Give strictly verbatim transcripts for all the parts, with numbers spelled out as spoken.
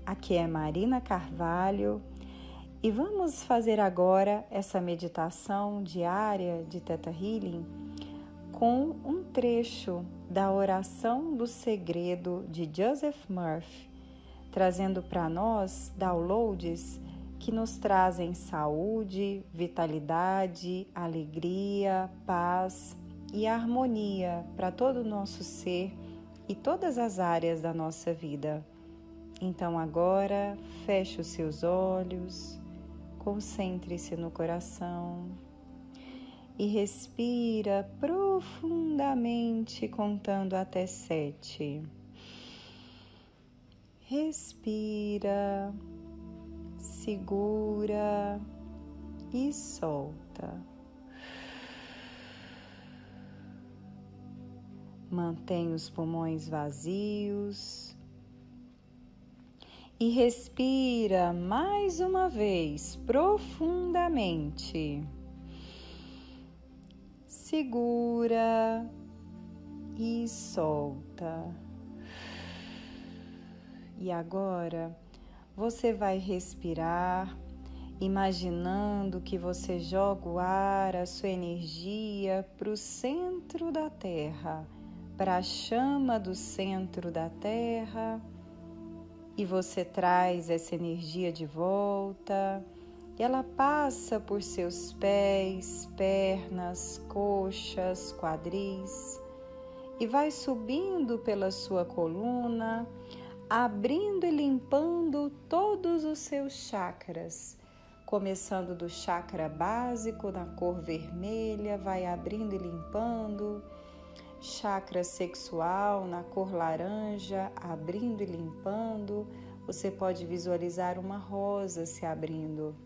Aqui é Marina Carvalho e vamos fazer agora essa meditação diária de Theta Healing com um trecho da oração do segredo de Joseph Murphy, trazendo para nós downloads que nos trazem saúde, vitalidade, alegria, paz e harmonia para todo o nosso ser e todas as áreas da nossa vida. Então agora feche os seus olhos, concentre-se no coração e respira profundamente contando até sete. Respira, segura e solta. Mantém os pulmões vazios e respira mais uma vez profundamente. Segura e solta. E agora você vai respirar, imaginando que você joga o ar, a sua energia para o centro da Terra, para a chama do centro da Terra, e você traz essa energia de volta, e ela passa por seus pés, pernas, coxas, quadris, e vai subindo pela sua coluna, abrindo e limpando todos os seus chakras, começando do chakra básico na cor vermelha, vai abrindo e limpando, chakra sexual na cor laranja, abrindo e limpando. Você pode visualizar uma rosa se abrindo.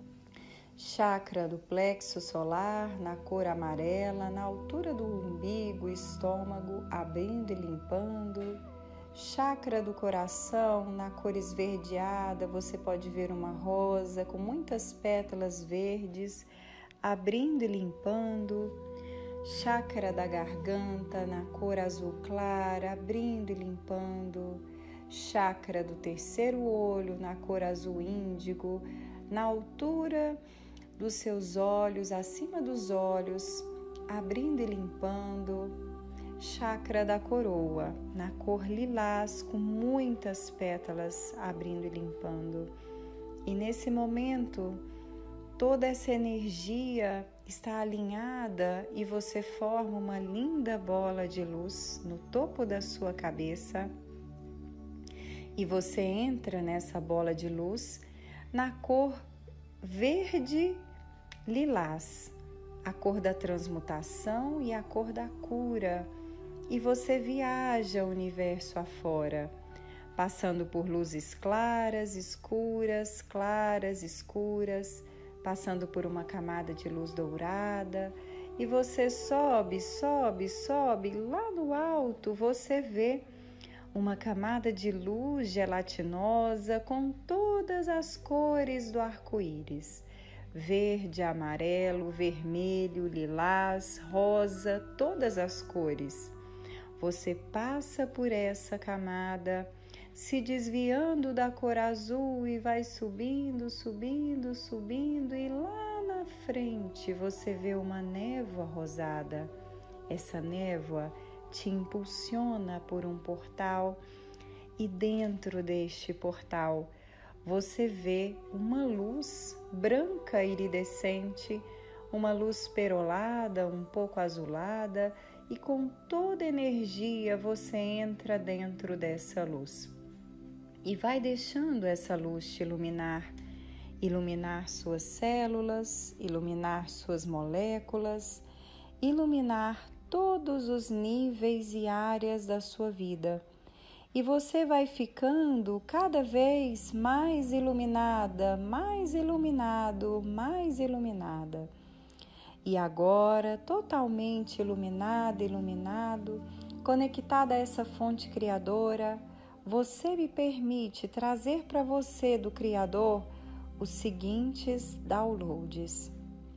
Chakra do plexo solar na cor amarela, na altura do umbigo, estômago, abrindo e limpando. Chakra do coração na cor esverdeada, você pode ver uma rosa com muitas pétalas verdes, abrindo e limpando. Chakra da garganta na cor azul clara, abrindo e limpando. Chakra do terceiro olho na cor azul índigo, na altura dos seus olhos, acima dos olhos, abrindo e limpando. Chakra da coroa na cor lilás, com muitas pétalas, abrindo e limpando. E nesse momento, toda essa energia está alinhada e você forma uma linda bola de luz no topo da sua cabeça. E você entra nessa bola de luz na cor verde lilás, a cor da transmutação e a cor da cura. E você viaja o universo afora, passando por luzes claras, escuras, claras, escuras, passando por uma camada de luz dourada, e você sobe, sobe, sobe, lá no alto você vê uma camada de luz gelatinosa com todas as cores do arco-íris, verde, amarelo, vermelho, lilás, rosa, todas as cores. Você passa por essa camada, se desviando da cor azul e vai subindo, subindo, subindo, e lá na frente você vê uma névoa rosada. Essa névoa te impulsiona por um portal e dentro deste portal você vê uma luz branca iridescente, uma luz perolada, um pouco azulada, e com toda energia você entra dentro dessa luz. E vai deixando essa luz te iluminar, iluminar suas células, iluminar suas moléculas, iluminar todos os níveis e áreas da sua vida. E você vai ficando cada vez mais iluminada, mais iluminado, mais iluminada. E agora, totalmente iluminada, iluminado, conectada a essa fonte criadora, você me permite trazer para você do Criador os seguintes downloads.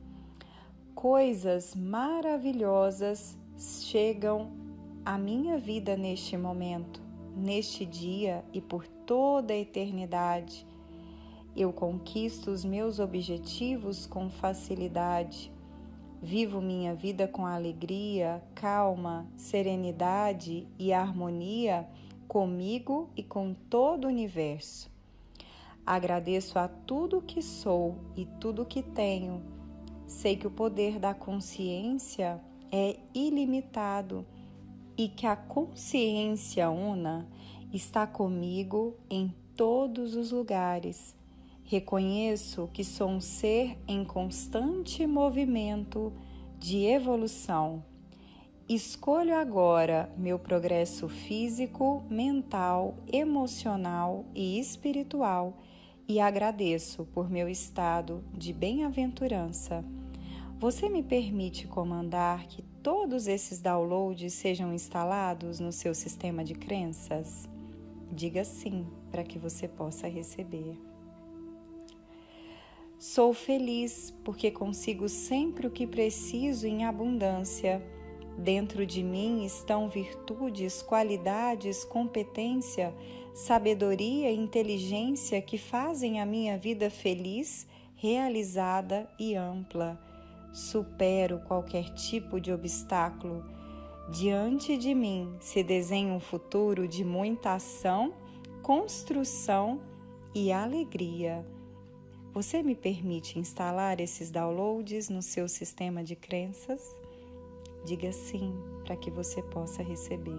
Coisas maravilhosas chegam à minha vida neste momento, neste dia e por toda a eternidade. Eu conquisto os meus objetivos com facilidade. Vivo minha vida com alegria, calma, serenidade e harmonia comigo e com todo o universo. Agradeço a tudo que sou e tudo que tenho. Sei que o poder da consciência é ilimitado e que a consciência una está comigo em todos os lugares. Reconheço que sou um ser em constante movimento de evolução. Escolho agora meu progresso físico, mental, emocional e espiritual e agradeço por meu estado de bem-aventurança. Você me permite comandar que todos esses downloads sejam instalados no seu sistema de crenças? Diga sim para que você possa receber. Sou feliz porque consigo sempre o que preciso em abundância. Dentro de mim estão virtudes, qualidades, competência, sabedoria e inteligência que fazem a minha vida feliz, realizada e ampla. Supero qualquer tipo de obstáculo. Diante de mim se desenha um futuro de muita ação, construção e alegria. Você me permite instalar esses downloads no seu sistema de crenças? Diga sim para que você possa receber.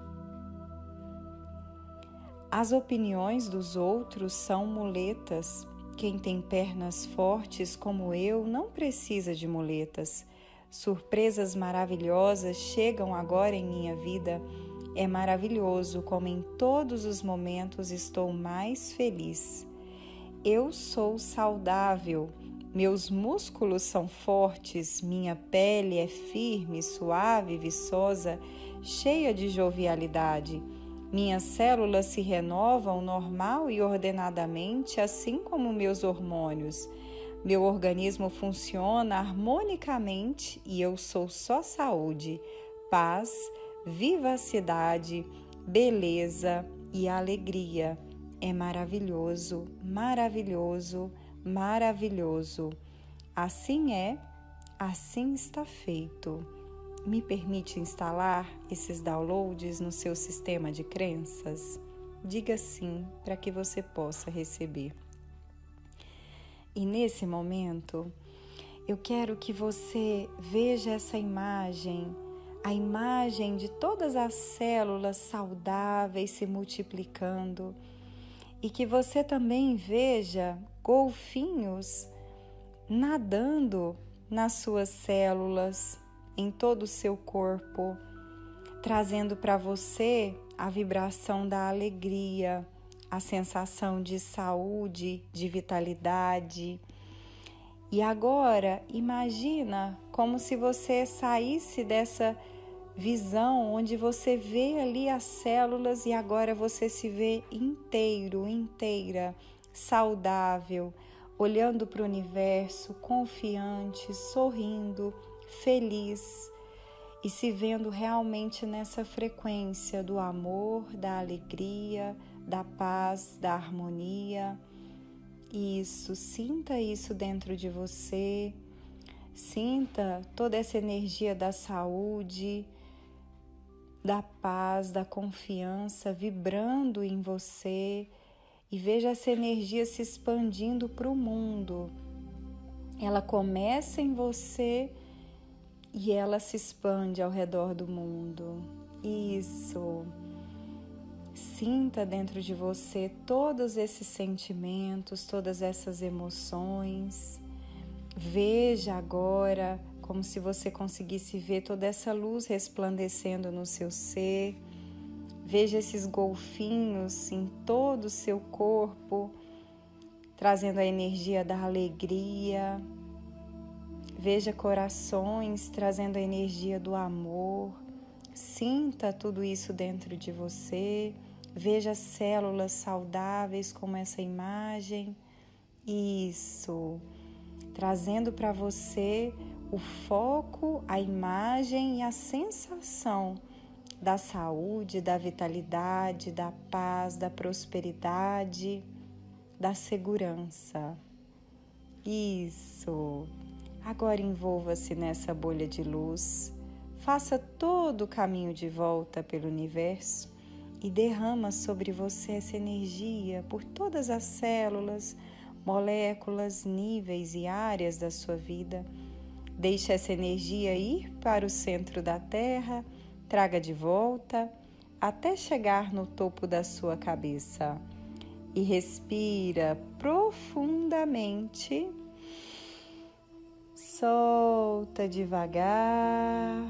As opiniões dos outros são muletas. Quem tem pernas fortes como eu não precisa de muletas. Surpresas maravilhosas chegam agora em minha vida. É maravilhoso como em todos os momentos estou mais feliz. Eu sou saudável, meus músculos são fortes, minha pele é firme, suave, viçosa, cheia de jovialidade. Minhas células se renovam normal e ordenadamente, assim como meus hormônios. Meu organismo funciona harmonicamente e eu sou só saúde, paz, vivacidade, beleza e alegria. É maravilhoso, maravilhoso, maravilhoso. Assim é, assim está feito. Me permite instalar esses downloads no seu sistema de crenças? Diga sim para que você possa receber. E nesse momento, eu quero que você veja essa imagem, a imagem de todas as células saudáveis se multiplicando, e que você também veja golfinhos nadando nas suas células, em todo o seu corpo, trazendo para você a vibração da alegria, a sensação de saúde, de vitalidade. E agora, imagina como se você saísse dessa visão onde você vê ali as células e agora você se vê inteiro, inteira, saudável, olhando para o universo, confiante, sorrindo, feliz e se vendo realmente nessa frequência do amor, da alegria, da paz, da harmonia. Isso, sinta isso dentro de você, sinta toda essa energia da saúde, da paz, da confiança vibrando em você e veja essa energia se expandindo para o mundo. Ela começa em você e ela se expande ao redor do mundo. Isso. Sinta dentro de você todos esses sentimentos, todas essas emoções. Veja agora como se você conseguisse ver toda essa luz resplandecendo no seu ser. Veja esses golfinhos em todo o seu corpo, trazendo a energia da alegria. Veja corações trazendo a energia do amor. Sinta tudo isso dentro de você. Veja células saudáveis como essa imagem. Isso. Trazendo para você o foco, a imagem e a sensação da saúde, da vitalidade, da paz, da prosperidade, da segurança. Isso! Agora envolva-se nessa bolha de luz, faça todo o caminho de volta pelo universo e derrama sobre você essa energia por todas as células, moléculas, níveis e áreas da sua vida. Deixe essa energia ir para o centro da Terra, traga de volta até chegar no topo da sua cabeça. E respira profundamente, solta devagar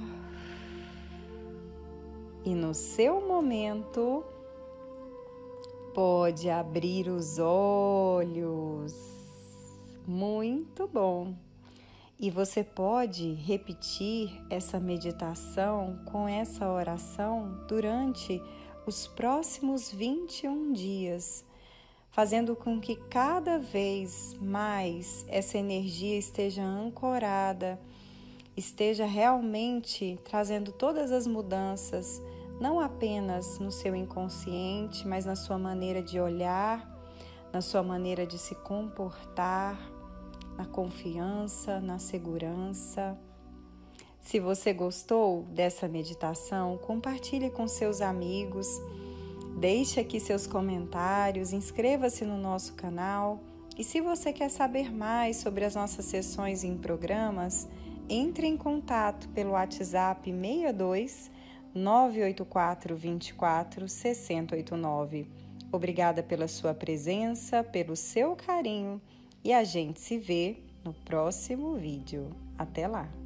e no seu momento pode abrir os olhos. Muito bom! E você pode repetir essa meditação com essa oração durante os próximos vinte e um dias, fazendo com que cada vez mais essa energia esteja ancorada, esteja realmente trazendo todas as mudanças, não apenas no seu inconsciente, mas na sua maneira de olhar, na sua maneira de se comportar, na confiança, na segurança. Se você gostou dessa meditação, compartilhe com seus amigos, deixe aqui seus comentários, inscreva-se no nosso canal e se você quer saber mais sobre as nossas sessões em programas, entre em contato pelo WhatsApp seis dois nove oito quatro dois quatro seis zero oito nove. Obrigada pela sua presença, pelo seu carinho. E a gente se vê no próximo vídeo. Até lá!